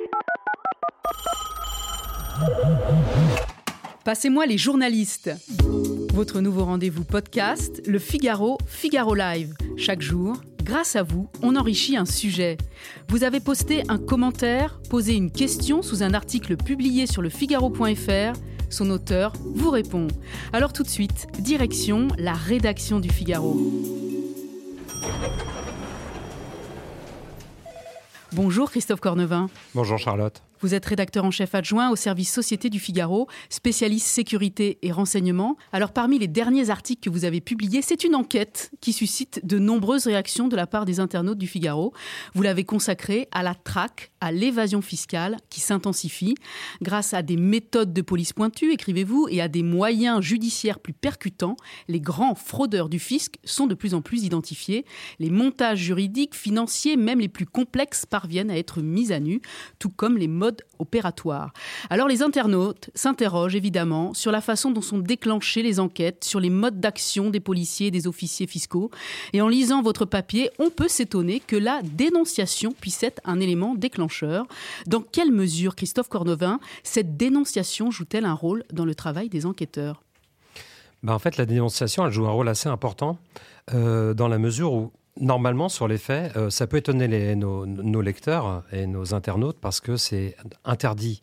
Passez-moi les journalistes. Votre nouveau rendez-vous podcast, Le Figaro, Figaro Live. Chaque jour, grâce à vous, on enrichit un sujet. Vous avez posté un commentaire, posé une question sous un article publié sur lefigaro.fr. Son auteur vous répond. Alors tout de suite, direction la rédaction du Figaro. Bonjour Christophe Cornevin. Bonjour Charlotte. Vous êtes rédacteur en chef adjoint au service Société du Figaro, spécialiste sécurité et renseignement. Alors parmi les derniers articles que vous avez publiés, c'est une enquête qui suscite de nombreuses réactions de la part des internautes du Figaro. Vous l'avez consacrée à la traque, à l'évasion fiscale qui s'intensifie. Grâce à des méthodes de police pointues, écrivez-vous, et à des moyens judiciaires plus percutants, les grands fraudeurs du fisc sont de plus en plus identifiés. Les montages juridiques, financiers, même les plus complexes, parviennent à être mis à nu, tout comme les modes opératoires. Alors les internautes s'interrogent évidemment sur la façon dont sont déclenchées les enquêtes, sur les modes d'action des policiers et des officiers fiscaux. Et en lisant votre papier, on peut s'étonner que la dénonciation puisse être un élément déclencheur. Dans quelle mesure, Christophe Cornevin, cette dénonciation joue-t-elle un rôle dans le travail des enquêteurs ? En fait, la dénonciation, elle joue un rôle assez important dans la mesure où normalement, sur les faits, ça peut étonner nos lecteurs et nos internautes parce que c'est interdit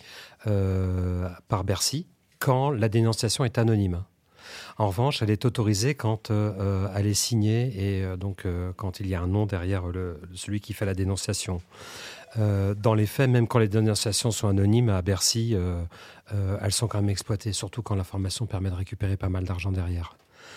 par Bercy quand la dénonciation est anonyme. En revanche, elle est autorisée quand elle est signée et donc quand il y a un nom derrière celui qui fait la dénonciation. Dans les faits, même quand les dénonciations sont anonymes à Bercy, elles sont quand même exploitées, surtout quand l'information permet de récupérer pas mal d'argent derrière.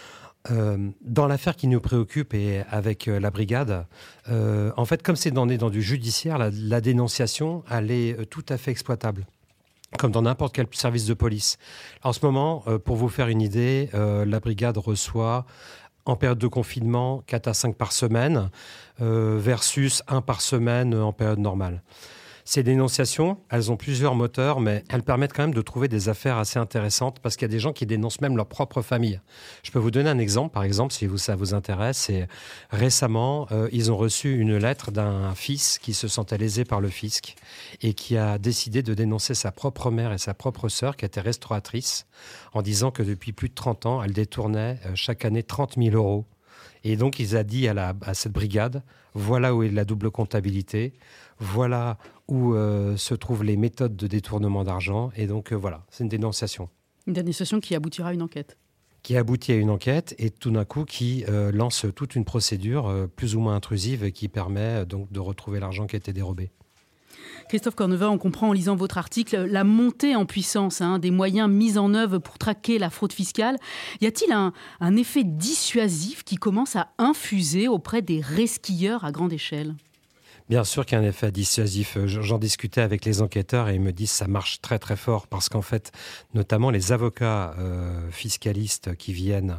Dans l'affaire qui nous préoccupe et avec la brigade, en fait, comme on est dans du judiciaire, la dénonciation, elle est tout à fait exploitable, comme dans n'importe quel service de police. En ce moment, pour vous faire une idée, la brigade reçoit, en période de confinement, 4 à 5 par semaine, versus 1 par semaine en période normale. Ces dénonciations, elles ont plusieurs moteurs, mais elles permettent quand même de trouver des affaires assez intéressantes parce qu'il y a des gens qui dénoncent même leur propre famille. Je peux vous donner un exemple, par exemple, si ça vous intéresse. C'est récemment, ils ont reçu une lettre d'un fils qui se sentait lésé par le fisc et qui a décidé de dénoncer sa propre mère et sa propre sœur, qui était restauratrice, en disant que depuis plus de 30 ans, elle détournait chaque année 30 000 euros. Et donc, ils ont dit à cette brigade, voilà où est la double comptabilité, voilà où se trouvent les méthodes de détournement d'argent. Et donc, voilà, c'est une dénonciation. Une dénonciation qui aboutira à une enquête. Qui aboutit à une enquête et tout d'un coup qui lance toute une procédure plus ou moins intrusive qui permet donc de retrouver l'argent qui a été dérobé. Christophe Cornevin, on comprend en lisant votre article la montée en puissance des moyens mis en œuvre pour traquer la fraude fiscale. Y a-t-il un effet dissuasif qui commence à infuser auprès des resquilleurs à grande échelle ? Bien sûr qu'il y a un effet dissuasif. J'en discutais avec les enquêteurs et ils me disent que ça marche très très fort parce qu'en fait, notamment les avocats fiscalistes qui viennent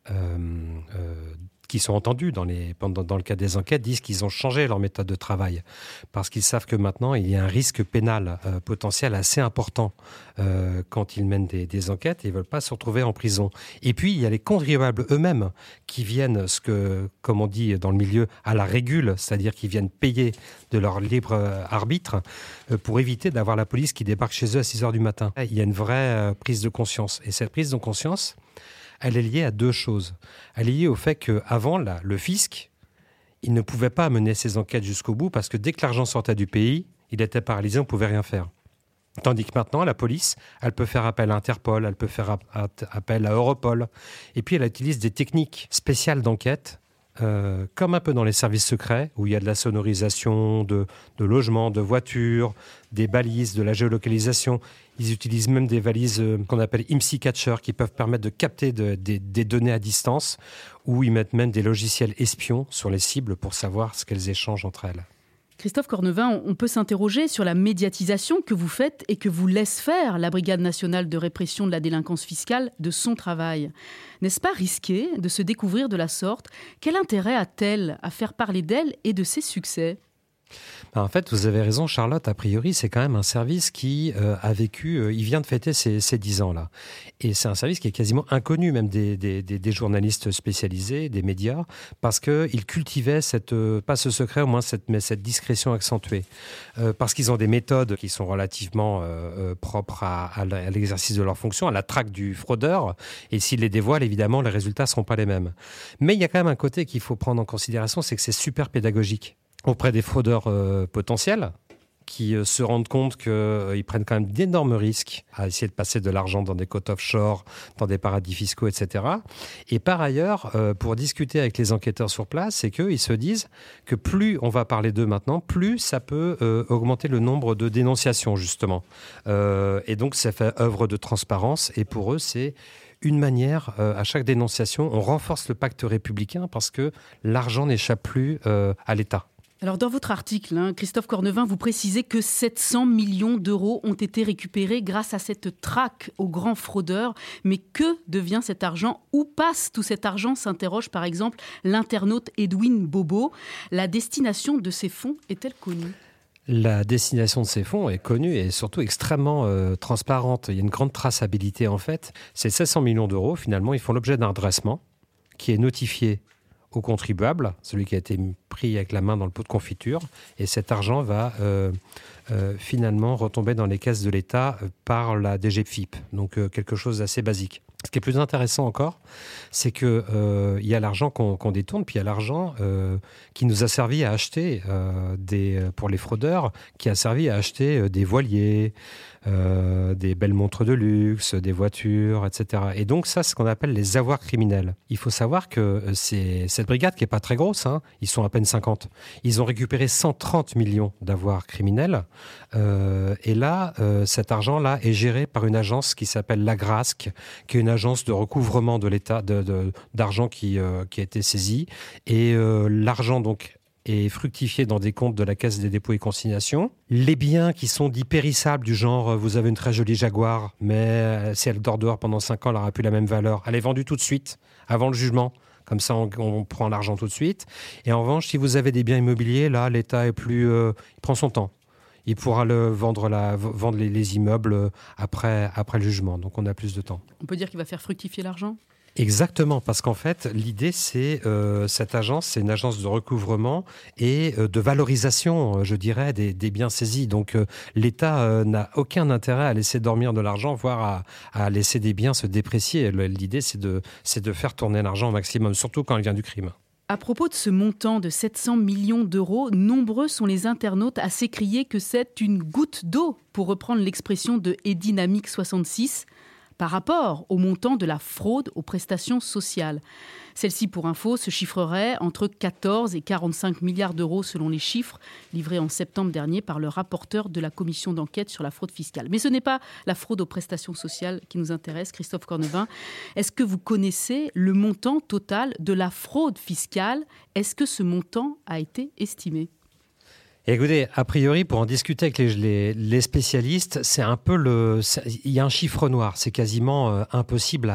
qui sont entendus dans le cadre des enquêtes, disent qu'ils ont changé leur méthode de travail parce qu'ils savent que maintenant, il y a un risque pénal potentiel assez important quand ils mènent des enquêtes et ils ne veulent pas se retrouver en prison. Et puis, il y a les contribuables eux-mêmes qui viennent, comme on dit dans le milieu, à la régule, c'est-à-dire qu'ils viennent payer de leur libre arbitre pour éviter d'avoir la police qui débarque chez eux à 6 heures du matin. Il y a une vraie prise de conscience. Et cette prise de conscience, elle est liée à deux choses. Elle est liée au fait qu'avant, le fisc, il ne pouvait pas mener ses enquêtes jusqu'au bout parce que dès que l'argent sortait du pays, il était paralysé, on ne pouvait rien faire. Tandis que maintenant, la police, elle peut faire appel à Interpol, elle peut faire appel à Europol. Et puis, elle utilise des techniques spéciales d'enquête, comme un peu dans les services secrets, où il y a de la sonorisation, de logements, de voitures, des balises, de la géolocalisation. Ils utilisent même des valises qu'on appelle IMSI Catcher qui peuvent permettre de capter des données à distance, ou ils mettent même des logiciels espions sur les cibles pour savoir ce qu'elles échangent entre elles. Christophe Cornevin, on peut s'interroger sur la médiatisation que vous faites et que vous laisse faire la Brigade nationale de répression de la délinquance fiscale de son travail. N'est-ce pas risqué de se découvrir de la sorte ? Quel intérêt a-t-elle à faire parler d'elle et de ses succès ? En fait, vous avez raison, Charlotte. A priori, c'est quand même un service qui a vécu... il vient de fêter ses 10 ans, là. Et c'est un service qui est quasiment inconnu, même des journalistes spécialisés, des médias, parce qu'ils cultivaient pas ce secret, au moins mais cette discrétion accentuée. Parce qu'ils ont des méthodes qui sont relativement propres à l'exercice de leur fonction, à la traque du fraudeur. Et s'ils les dévoilent, évidemment, les résultats ne seront pas les mêmes. Mais il y a quand même un côté qu'il faut prendre en considération, c'est que c'est super pédagogique auprès des fraudeurs potentiels qui se rendent compte qu'ils prennent quand même d'énormes risques à essayer de passer de l'argent dans des côtes offshore, dans des paradis fiscaux, etc. Et par ailleurs, pour discuter avec les enquêteurs sur place, c'est qu'ils se disent que plus on va parler d'eux maintenant, plus ça peut augmenter le nombre de dénonciations, justement. Et donc, ça fait œuvre de transparence. Et pour eux, c'est une manière, à chaque dénonciation, on renforce le pacte républicain parce que l'argent n'échappe plus à l'État. Alors dans votre article, Christophe Cornevin, vous précisez que 700 millions d'euros ont été récupérés grâce à cette traque aux grands fraudeurs. Mais que devient cet argent ? Où passe tout cet argent ? S'interroge par exemple l'internaute Edwin Bobo. La destination de ces fonds est-elle connue ? La destination de ces fonds est connue et surtout extrêmement transparente. Il y a une grande traçabilité en fait. Ces 700 millions d'euros, finalement, ils font l'objet d'un redressement qui est notifié au contribuable, celui qui a été pris avec la main dans le pot de confiture. Et cet argent va finalement retomber dans les caisses de l'État par la DGFiP. Donc quelque chose d'assez basique. Ce qui est plus intéressant encore, c'est qu'il y a l'argent qu'on détourne, puis il y a l'argent qui nous a servi à acheter, pour les fraudeurs, qui a servi à acheter des voiliers, des belles montres de luxe, des voitures, etc. Et donc ça, c'est ce qu'on appelle les avoirs criminels. Il faut savoir que c'est cette brigade qui n'est pas très grosse, ils sont à peine 50. Ils ont récupéré 130 millions d'avoirs criminels. Et là, cet argent-là est géré par une agence qui s'appelle l'Agrasc, qui est une agence de recouvrement de l'État d'argent qui a été saisie. Et l'argent, donc, est fructifié dans des comptes de la Caisse des dépôts et consignations. Les biens qui sont dits périssables, du genre vous avez une très jolie Jaguar, mais si elle dort dehors pendant 5 ans, elle n'aura plus la même valeur. Elle est vendue tout de suite, avant le jugement. Comme ça, on prend l'argent tout de suite. Et en revanche, si vous avez des biens immobiliers, là, l'État est plus, il prend son temps. Il pourra vendre les immeubles après le jugement. Donc, on a plus de temps. On peut dire qu'il va faire fructifier l'argent ? Exactement, parce qu'en fait, l'idée, c'est cette agence, c'est une agence de recouvrement et de valorisation, je dirais, des biens saisis. Donc, l'État n'a aucun intérêt à laisser dormir de l'argent, voire à laisser des biens se déprécier. L'idée, c'est de faire tourner l'argent au maximum, surtout quand il vient du crime. À propos de ce montant de 700 millions d'euros, nombreux sont les internautes à s'écrier que c'est une goutte d'eau, pour reprendre l'expression de Edynamique66, par rapport au montant de la fraude aux prestations sociales. Celle-ci, pour info, se chiffrerait entre 14 et 45 milliards d'euros selon les chiffres livrés en septembre dernier par le rapporteur de la commission d'enquête sur la fraude fiscale. Mais ce n'est pas la fraude aux prestations sociales qui nous intéresse, Christophe Cornevin. Est-ce que vous connaissez le montant total de la fraude fiscale ? Est-ce que ce montant a été estimé ? Et écoutez, a priori, pour en discuter avec les spécialistes, c'est un peu il y a un chiffre noir, c'est quasiment impossible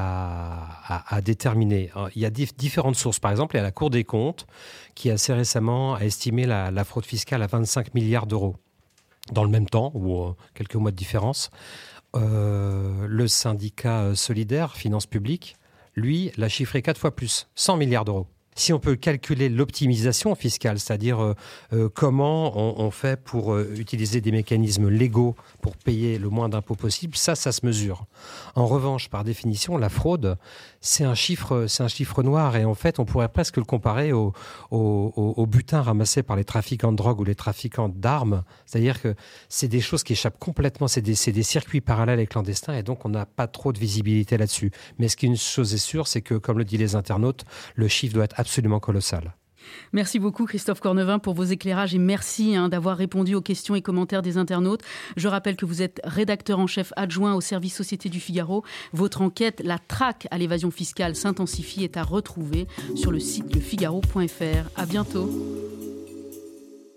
à déterminer. Il y a différentes sources. Par exemple, il y a la Cour des comptes qui assez récemment a estimé la fraude fiscale à 25 milliards d'euros. Dans le même temps, ou quelques mois de différence, le syndicat solidaire, Finances publiques, lui, l'a chiffré 4 fois plus, 100 milliards d'euros. Si on peut calculer l'optimisation fiscale, c'est-à-dire comment on fait pour utiliser des mécanismes légaux pour payer le moins d'impôts possible, ça se mesure. En revanche, par définition, la fraude, c'est un chiffre noir. Et en fait, on pourrait presque le comparer au butin ramassé par les trafiquants de drogue ou les trafiquants d'armes. C'est-à-dire que c'est des choses qui échappent complètement, c'est des circuits parallèles et clandestins, et donc on n'a pas trop de visibilité là-dessus. Mais une chose est sûre, c'est que, comme le disent les internautes, le chiffre doit être absolument colossal. Merci beaucoup Christophe Cornevin pour vos éclairages et merci d'avoir répondu aux questions et commentaires des internautes. Je rappelle que vous êtes rédacteur en chef adjoint au service Société du Figaro. Votre enquête, la traque à l'évasion fiscale s'intensifie, est à retrouver sur le site lefigaro.fr. À bientôt.